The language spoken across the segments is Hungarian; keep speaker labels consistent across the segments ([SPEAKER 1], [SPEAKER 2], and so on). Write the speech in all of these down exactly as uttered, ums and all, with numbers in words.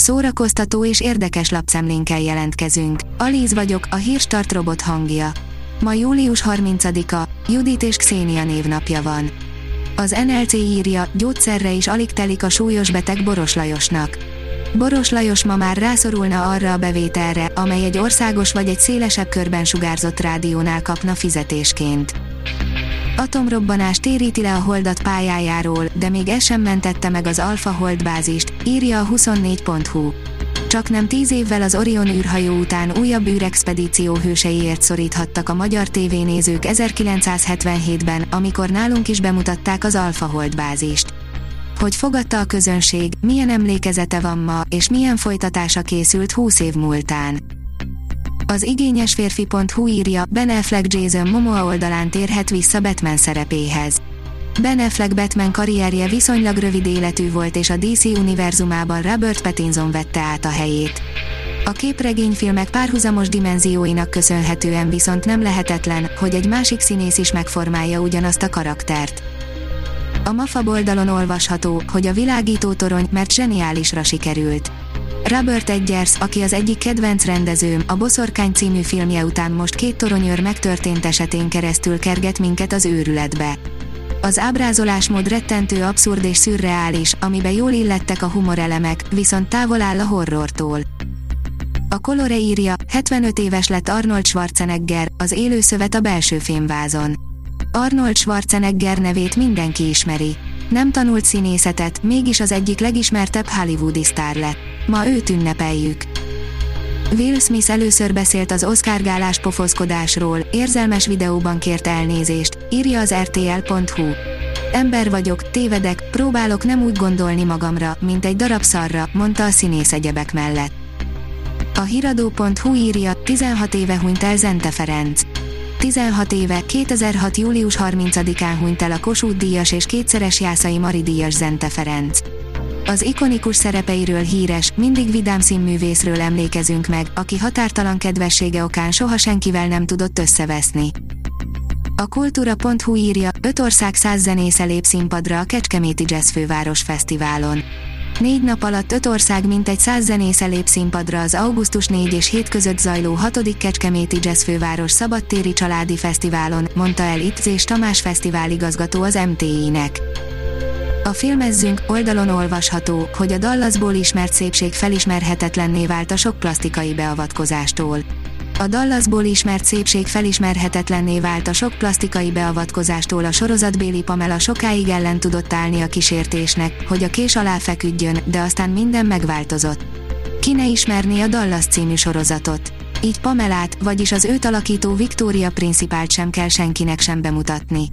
[SPEAKER 1] szórakoztató és érdekes lapszemlénkkel jelentkezünk. Alíz vagyok, a Hírstart robot hangja. Ma július harmincadika, Judit és Xenia névnapja van. Az en el cé írja, gyógyszerre is alig telik a súlyos beteg Boros Lajosnak. Boros Lajos ma már rászorulna arra a bevételre, amely egy országos vagy egy szélesebb körben sugárzott rádiónál kapna fizetésként. Atomrobbanás téríti le a Holdat pályájáról, de még ez sem mentette meg az Alpha holdbázist, írja a huszonnégy pont hu. Csaknem tíz évvel az Orion űrhajó után újabb űrexpedíció hőseiért szoríthattak a magyar tévénézők ezerkilencszázhetvenhétben, amikor nálunk is bemutatták az Alpha holdbázist. Hogy fogadta a közönség, milyen emlékezete van ma, és milyen folytatása készült húsz év múltán. Az igényesférfi pont hu írja, Ben Affleck Jason Momoa oldalán térhet vissza Batman szerepéhez. Ben Affleck Batman karrierje viszonylag rövid életű volt, és a dé cé univerzumában Robert Pattinson vette át a helyét. A képregényfilmek párhuzamos dimenzióinak köszönhetően viszont nem lehetetlen, hogy egy másik színész is megformálja ugyanazt a karaktert. A Mafab oldalon olvasható, hogy a világító torony, mert zseniálisra sikerült. Robert Eggers, aki az egyik kedvenc rendezőm, a Boszorkány című filmje után most két toronyőr megtörtént esetén keresztül kerget minket az őrületbe. Az ábrázolásmód rettentő abszurd és szürreális, amibe jól illettek a humorelemek, viszont távol áll a horrortól. A Colore írja, hetvenöt éves lett Arnold Schwarzenegger, az élőszövet a belső fémvázon. Arnold Schwarzenegger nevét mindenki ismeri. Nem tanult színészetet, mégis az egyik legismertebb hollywoodi sztár lett. Ma őt ünnepeljük. Will Smith először beszélt az Oscar-gálás pofozkodásról, érzelmes videóban kért elnézést, írja az er té el pont hu. Ember vagyok, tévedek, próbálok nem úgy gondolni magamra, mint egy darab szarra, mondta a színész egyebek mellett. A hiradó pont hu írja, tizenhat éve hunyt el Zente Ferenc. tizenhat éve, kétezer-hat július harmincadikán hunyt el a Kossuth-díjas és kétszeres Jászai Mari díjas Zente Ferenc. Az ikonikus szerepeiről híres, mindig vidám színművészről emlékezünk meg, aki határtalan kedvessége okán soha senkivel nem tudott összeveszni. A kultúra pont hu írja, öt ország száz zenésze lép színpadra a Kecskeméti Jazz Főváros Fesztiválon. Négy nap alatt öt ország mintegy száz zenésze lép színpadra az augusztus negyedike és hét között zajló hatodik Kecskeméti Jazz Főváros Szabadtéri Családi Fesztiválon, mondta el Itzés Tamás fesztiváligazgató az em té i-nek. A Filmezzünk oldalon olvasható, hogy a Dallasból ismert szépség felismerhetetlenné vált a sok plastikai beavatkozástól. A Dallasból ismert szépség felismerhetetlenné vált a sok plastikai beavatkozástól, a sorozatbéli Pamela sokáig ellen tudott állni a kísértésnek, hogy a kés alá feküdjön, de aztán minden megváltozott. Ki ne ismerné a Dallas című sorozatot? Így Pamelát, vagyis az őt alakító Victoria Principált sem kell senkinek sem bemutatni.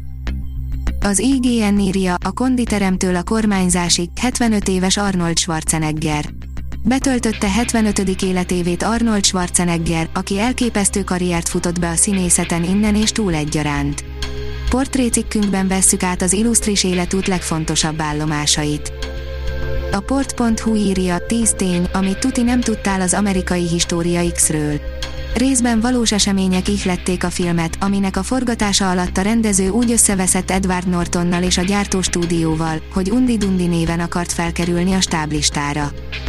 [SPEAKER 1] Az i gé en írja, a konditeremtől a kormányzásig, hetvenöt éves Arnold Schwarzenegger. Betöltötte hetvenötödik életévét Arnold Schwarzenegger, aki elképesztő karriert futott be a színészeten innen és túl egyaránt. Portrécikkünkben vesszük át az illusztris életút legfontosabb állomásait. A port pont hu írja, tíz tény, amit tuti nem tudtál az Amerikai História X-ről. Részben valós események ihlették a filmet, aminek a forgatása alatt a rendező úgy összeveszett Edward Nortonnal és a gyártóstúdióval, hogy Undi Dundi néven akart felkerülni a stáblistára.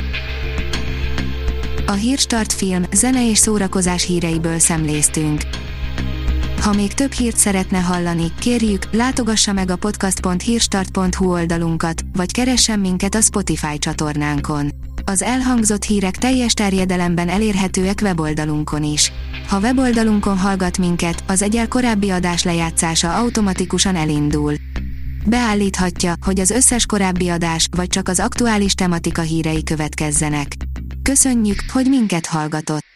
[SPEAKER 1] A Hírstart film, zene és szórakozás híreiből szemléztünk. Ha még több hírt szeretne hallani, kérjük, látogassa meg a podcast pont hírstart pont hu oldalunkat, vagy keressen minket a Spotify csatornánkon. Az elhangzott hírek teljes terjedelemben elérhetőek weboldalunkon is. Ha weboldalunkon hallgat minket, az egyel korábbi adás lejátszása automatikusan elindul. Beállíthatja, hogy az összes korábbi adás, vagy csak az aktuális tematika hírei következzenek. Köszönjük, hogy minket hallgatott!